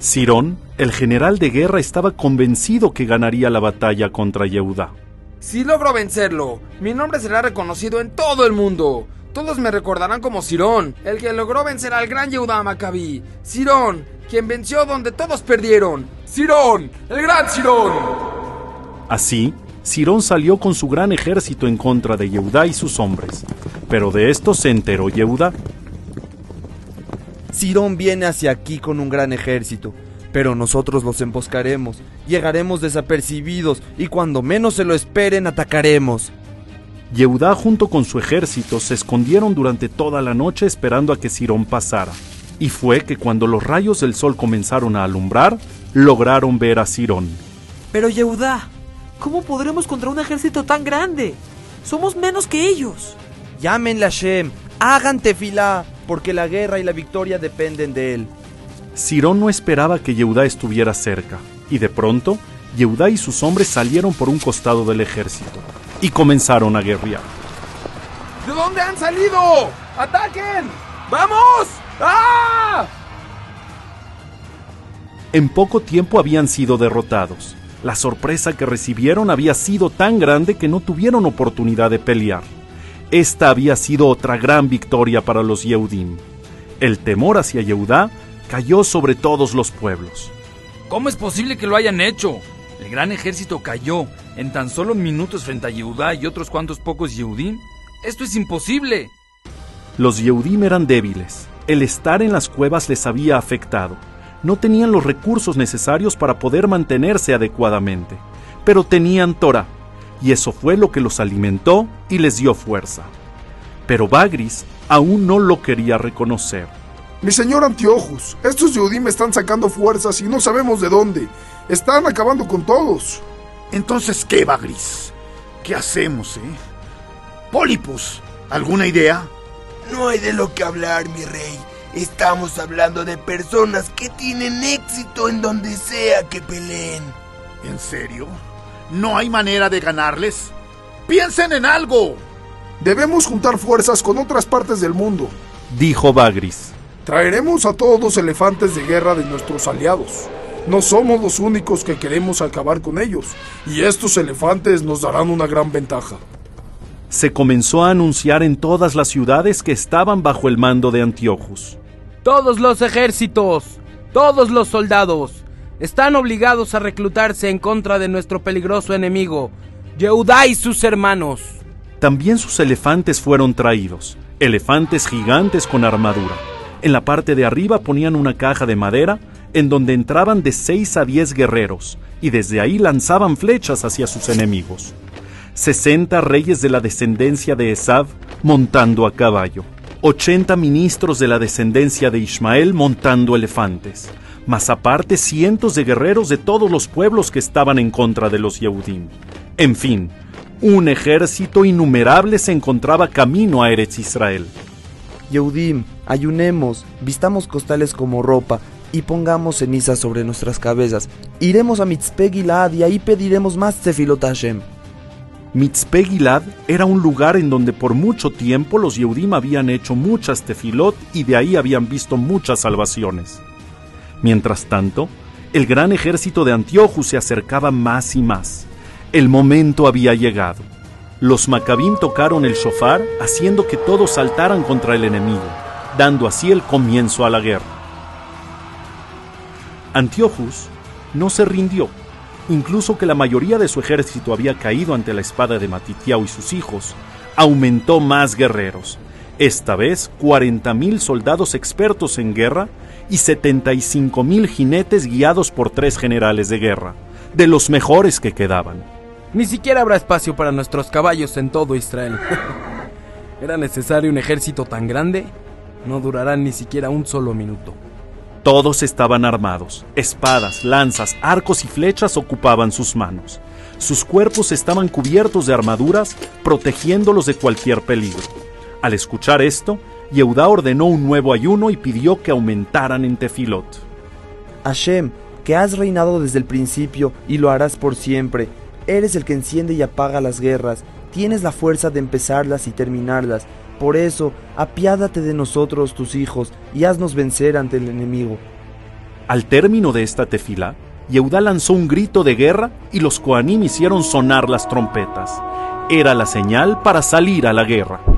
Sirón, el general de guerra, estaba convencido que ganaría la batalla contra Yehudá. Si logro vencerlo, mi nombre será reconocido en todo el mundo. Todos me recordarán como Sirón, el que logró vencer al gran Yehudá Macabí. Sirón, quien venció donde todos perdieron. Sirón, el gran Sirón. Así, Sirón salió con su gran ejército en contra de Yehudá y sus hombres. Pero de esto se enteró Yehudá. Sirón viene hacia aquí con un gran ejército, pero nosotros los emboscaremos, llegaremos desapercibidos y cuando menos se lo esperen atacaremos. Yehudá junto con su ejército se escondieron durante toda la noche esperando a que Sirón pasara. Y fue que cuando los rayos del sol comenzaron a alumbrar, lograron ver a Sirón. Pero Yehudá, ¿cómo podremos contra un ejército tan grande? Somos menos que ellos. Llámenle a Hashem, hagan tefilá, porque la guerra y la victoria dependen de él. Sirón no esperaba que Yehudá estuviera cerca, y de pronto, Yehudá y sus hombres salieron por un costado del ejército, y comenzaron a guerrear. ¿De dónde han salido? ¡Ataquen! ¡Vamos! ¡Ah! En poco tiempo habían sido derrotados. La sorpresa que recibieron había sido tan grande que no tuvieron oportunidad de pelear. Esta había sido otra gran victoria para los Yehudim. El temor hacia Yehudá cayó sobre todos los pueblos. ¿Cómo es posible que lo hayan hecho? El gran ejército cayó en tan solo minutos frente a Yehudá y otros cuantos pocos Yehudim. ¡Esto es imposible! Los Yehudim eran débiles. El estar en las cuevas les había afectado. No tenían los recursos necesarios para poder mantenerse adecuadamente, pero tenían Torá, y eso fue lo que los alimentó y les dio fuerza. Pero Bagris aún no lo quería reconocer. Mi señor Antiochus, estos Yehudim están sacando fuerzas y no sabemos de dónde. Están acabando con todos. Entonces, ¿qué, Bagris? ¿Qué hacemos, Polipus, ¿alguna idea? No hay de lo que hablar, mi rey. Estamos hablando de personas que tienen éxito en donde sea que peleen. ¿En serio? ¿No hay manera de ganarles? ¡Piensen en algo! Debemos juntar fuerzas con otras partes del mundo, dijo Bagris. Traeremos a todos los elefantes de guerra de nuestros aliados. No somos los únicos que queremos acabar con ellos, y estos elefantes nos darán una gran ventaja. Se comenzó a anunciar en todas las ciudades que estaban bajo el mando de Antiochus. Todos los ejércitos, todos los soldados, están obligados a reclutarse en contra de nuestro peligroso enemigo, Yehudá y sus hermanos. También sus elefantes fueron traídos, elefantes gigantes con armadura. En la parte de arriba ponían una caja de madera en donde entraban de 6 a 10 guerreros y desde ahí lanzaban flechas hacia sus enemigos. 60 reyes de la descendencia de Esav montando a caballo, 80 ministros de la descendencia de Ismael montando elefantes, más aparte cientos de guerreros de todos los pueblos que estaban en contra de los Yehudim. En fin, un ejército innumerable se encontraba camino a Eretz Israel. Yehudim, ayunemos, vistamos costales como ropa y pongamos cenizas sobre nuestras cabezas. Iremos a Mitzpe Gilad y ahí pediremos más tefilot a Hashem. Mitzpe Gilad era un lugar en donde por mucho tiempo los Yehudim habían hecho muchas tefilot y de ahí habían visto muchas salvaciones. Mientras tanto, el gran ejército de Antiochus se acercaba más y más. El momento había llegado. Los Macabim tocaron el shofar, haciendo que todos saltaran contra el enemigo, dando así el comienzo a la guerra. Antiochus no se rindió. Incluso que la mayoría de su ejército había caído ante la espada de Matitiao y sus hijos, aumentó más guerreros. Esta vez 40,000 soldados expertos en guerra y 75,000 jinetes guiados por 3 generales de guerra, de los mejores que quedaban. Ni siquiera habrá espacio para nuestros caballos en todo Israel. ¿Era necesario un ejército tan grande? No durarán ni siquiera un solo minuto. Todos estaban armados. Espadas, lanzas, arcos y flechas ocupaban sus manos. Sus cuerpos estaban cubiertos de armaduras, protegiéndolos de cualquier peligro. Al escuchar esto, Yehudá ordenó un nuevo ayuno y pidió que aumentaran en tefilot. Hashem, que has reinado desde el principio y lo harás por siempre. Eres el que enciende y apaga las guerras. Tienes la fuerza de empezarlas y terminarlas. Por eso, apiádate de nosotros, tus hijos, y haznos vencer ante el enemigo. Al término de esta tefilá, Yehudá lanzó un grito de guerra y los Kohanim hicieron sonar las trompetas. Era la señal para salir a la guerra.